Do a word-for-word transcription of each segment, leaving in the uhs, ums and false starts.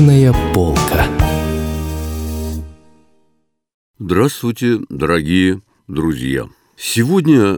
Книжная полка. Здравствуйте, дорогие друзья! Сегодня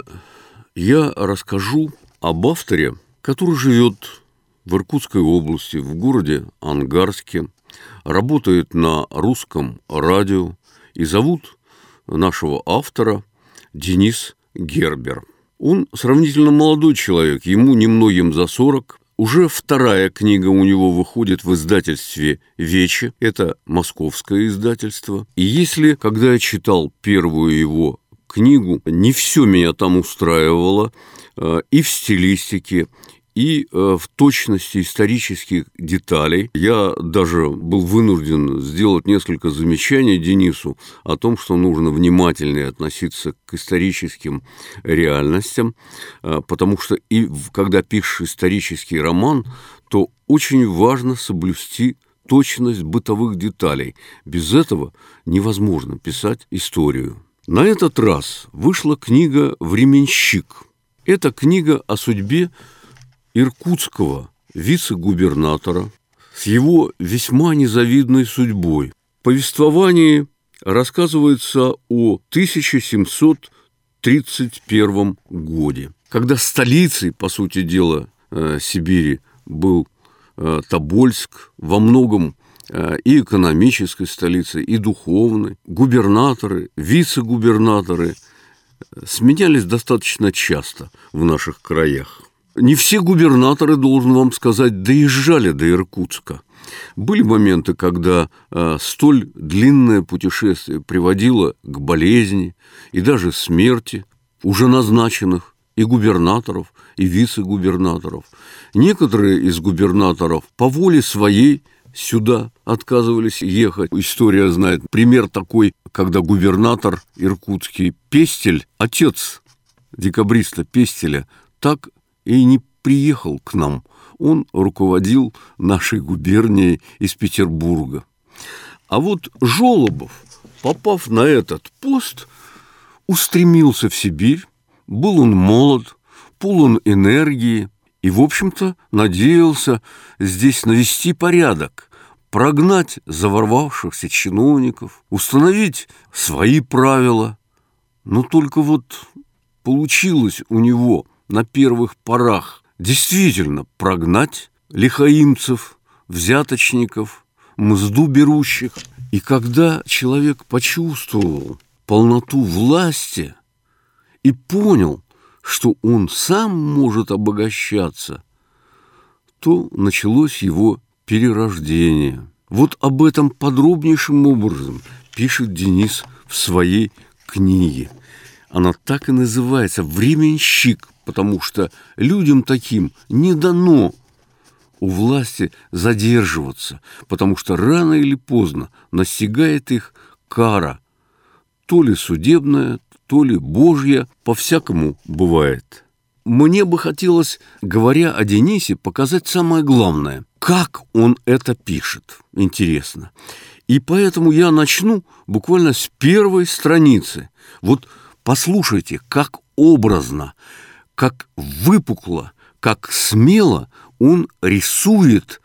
я расскажу об авторе, который живет в Иркутской области, в городе Ангарске, работает на русском радио, и зовут нашего автора Денис Гербер. Он сравнительно молодой человек, ему немногим за сорок. Уже вторая книга у него выходит в издательстве «Вече». Это московское издательство. И если, когда я читал первую его книгу, не все меня там устраивало и в стилистике, и в точности исторических деталей. Я даже был вынужден сделать несколько замечаний Денису о том, что нужно внимательнее относиться к историческим реальностям, потому что и когда пишешь исторический роман, то очень важно соблюсти точность бытовых деталей. Без этого невозможно писать историю. На этот раз вышла книга «Временщик». Это книга о судьбе иркутского вице-губернатора с его весьма незавидной судьбой. В повествовании рассказывается о тысяча семьсот тридцать первом годе, когда столицей, по сути дела, Сибири был Тобольск, во многом и экономической столицей, и духовной. Губернаторы, вице-губернаторы сменялись достаточно часто в наших краях. Не все губернаторы, должен вам сказать, доезжали до Иркутска. Были моменты, когда э, столь длинное путешествие приводило к болезни и даже смерти уже назначенных и губернаторов, и вице-губернаторов. Некоторые из губернаторов по воле своей сюда отказывались ехать. История знает пример такой, когда губернатор иркутский Пестель, отец декабриста Пестеля, так и не приехал к нам. Он руководил нашей губернией из Петербурга. А вот Жолобов, попав на этот пост, устремился в Сибирь. Был он молод, полон энергии и, в общем-то, надеялся здесь навести порядок, прогнать заворвавшихся чиновников, установить свои правила. Но только вот получилось у него на первых порах действительно прогнать лихаимцев, взяточников, мзду берущих. И когда человек почувствовал полноту власти и понял, что он сам может обогащаться, то началось его перерождение. Вот об этом подробнейшим образом пишет Денис в своей книге. Она так и называется «Временщик», потому что людям таким не дано у власти задерживаться, потому что рано или поздно настигает их кара, то ли судебная, то ли божья, по-всякому бывает. Мне бы хотелось, говоря о Денисе, показать самое главное, как он это пишет. Интересно. И поэтому я начну буквально с первой страницы. Вот послушайте, как образно, как выпукло, как смело он рисует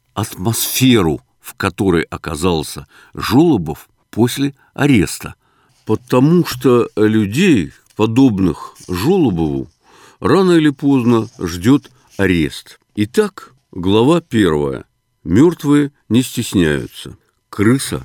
атмосферу, в которой оказался Жолобов после ареста. Потому что людей, подобных Жолобову, рано или поздно ждет арест. Итак, глава первая. Мертвые не стесняются. Крыса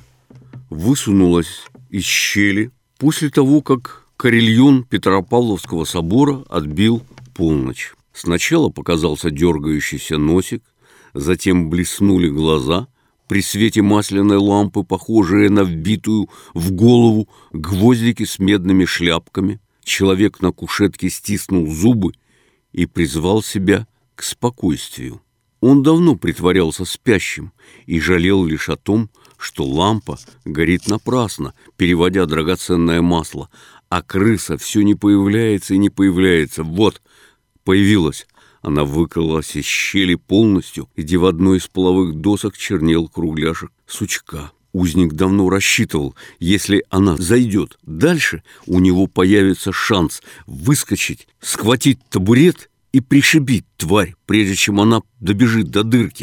высунулась из щели после того, как карельон Петропавловского собора отбил полночь. Сначала показался дергающийся носик, затем блеснули глаза при свете масляной лампы, похожие на вбитую в голову гвоздики с медными шляпками. Человек на кушетке стиснул зубы и призвал себя к спокойствию. Он давно притворялся спящим и жалел лишь о том, что лампа горит напрасно, переводя драгоценное масло, а крыса все не появляется и не появляется. Вот, появилась. Она выкрылась из щели полностью, где в одной из половых досок чернел кругляшек сучка. Узник давно рассчитывал, если она зайдет дальше, у него появится шанс выскочить, схватить табурет и пришибить тварь, прежде чем она добежит до дырки. В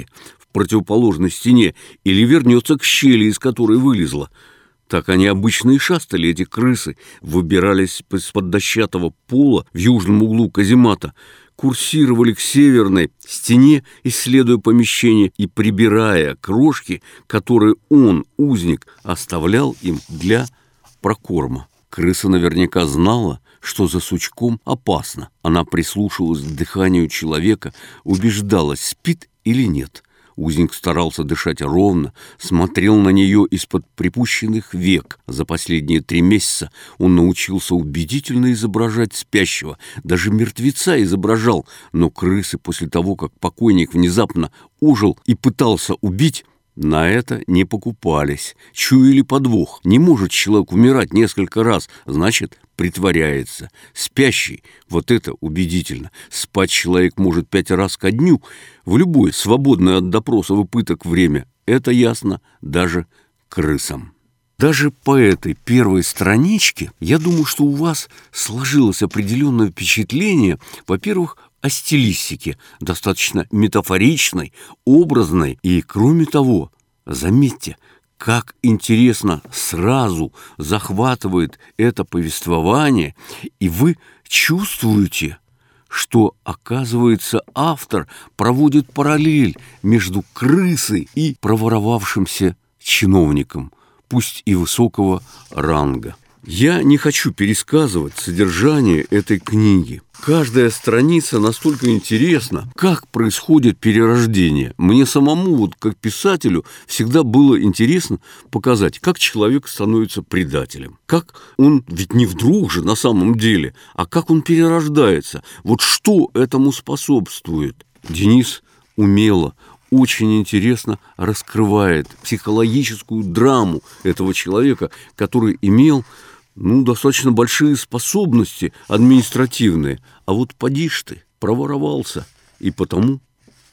противоположной стене или вернется к щели, из которой вылезла. Так они обычно и шастали, эти крысы, выбирались из-под дощатого пола в южном углу каземата, курсировали к северной стене, исследуя помещение и прибирая крошки, которые он, узник, оставлял им для прокорма. Крыса наверняка знала, что за сучком опасно. Она прислушивалась к дыханию человека, убеждалась, спит или нет. Узник старался дышать ровно, смотрел на нее из-под припущенных век. За последние три месяца он научился убедительно изображать спящего, даже мертвеца изображал. Но крысы после того, как покойник внезапно ожил и пытался убить, на это не покупались, чуяли подвох. Не может человек умирать несколько раз, значит, притворяется. Спящий, вот это убедительно. Спать человек может пять раз ко дню, в любое свободное от допросов и пыток время. Это ясно даже крысам. Даже по этой первой страничке, я думаю, что у вас сложилось определенное впечатление, во-первых, о стилистике, достаточно метафоричной, образной. И, кроме того, заметьте, как интересно сразу захватывает это повествование, и вы чувствуете, что, оказывается, автор проводит параллель между крысой и проворовавшимся чиновником, пусть и высокого ранга. Я не хочу пересказывать содержание этой книги. Каждая страница настолько интересна, как происходит перерождение. Мне самому, вот как писателю, всегда было интересно показать, как человек становится предателем. Как он, ведь не вдруг же на самом деле, а как он перерождается. Вот что этому способствует. Денис умело, очень интересно раскрывает психологическую драму этого человека, который имел ну, достаточно большие способности административные. А вот поди ж ты, проворовался, и потому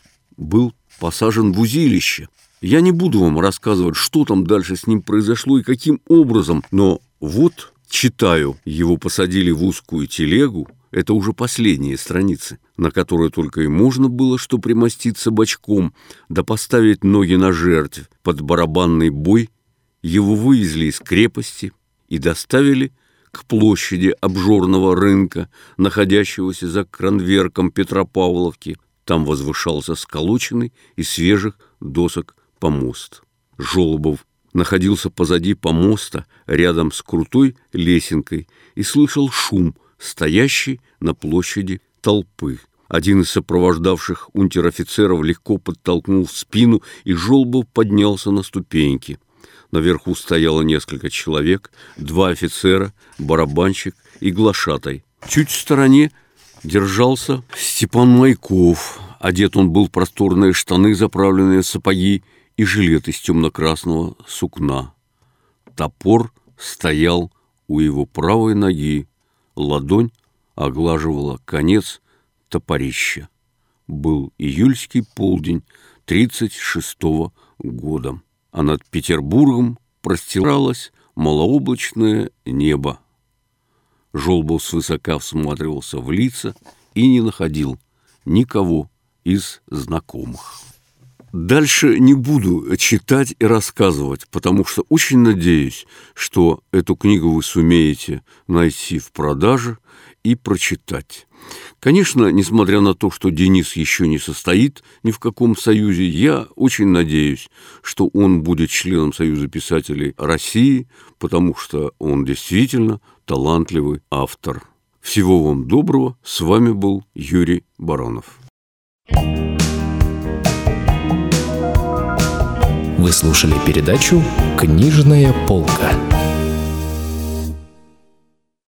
был посажен в узилище. Я не буду вам рассказывать, что там дальше с ним произошло и каким образом, но вот читаю, его посадили в узкую телегу. Это уже последние страницы, на которые только и можно было что примоститься бочком, да поставить ноги на жертвь. Под барабанный бой его вывезли из крепости и доставили к площади обжорного рынка, находящегося за кранверком Петропавловки. Там возвышался сколоченный из свежих досок помост. Жолобов находился позади помоста, рядом с крутой лесенкой, и слышал шум стоящей на площади толпы. Один из сопровождавших унтер-офицеров легко подтолкнул в спину, и Жолобов поднялся на ступеньки. Наверху стояло несколько человек, два офицера, барабанщик и глашатай. Чуть в стороне держался Степан Майков. Одет он был в просторные штаны, заправленные сапоги, и жилет из темно-красного сукна. Топор стоял у его правой ноги. Ладонь оглаживала конец топорища. Был июльский полдень тридцать шестого года, а над Петербургом простиралось малооблачное небо. Жолобов свысока всматривался в лица и не находил никого из знакомых. Дальше не буду читать и рассказывать, потому что очень надеюсь, что эту книгу вы сумеете найти в продаже и прочитать. Конечно, несмотря на то, что Денис еще не состоит ни в каком союзе, я очень надеюсь, что он будет членом Союза писателей России, потому что он действительно талантливый автор. Всего вам доброго. С вами был Юрий Баранов. Вы слушали передачу «Книжная полка».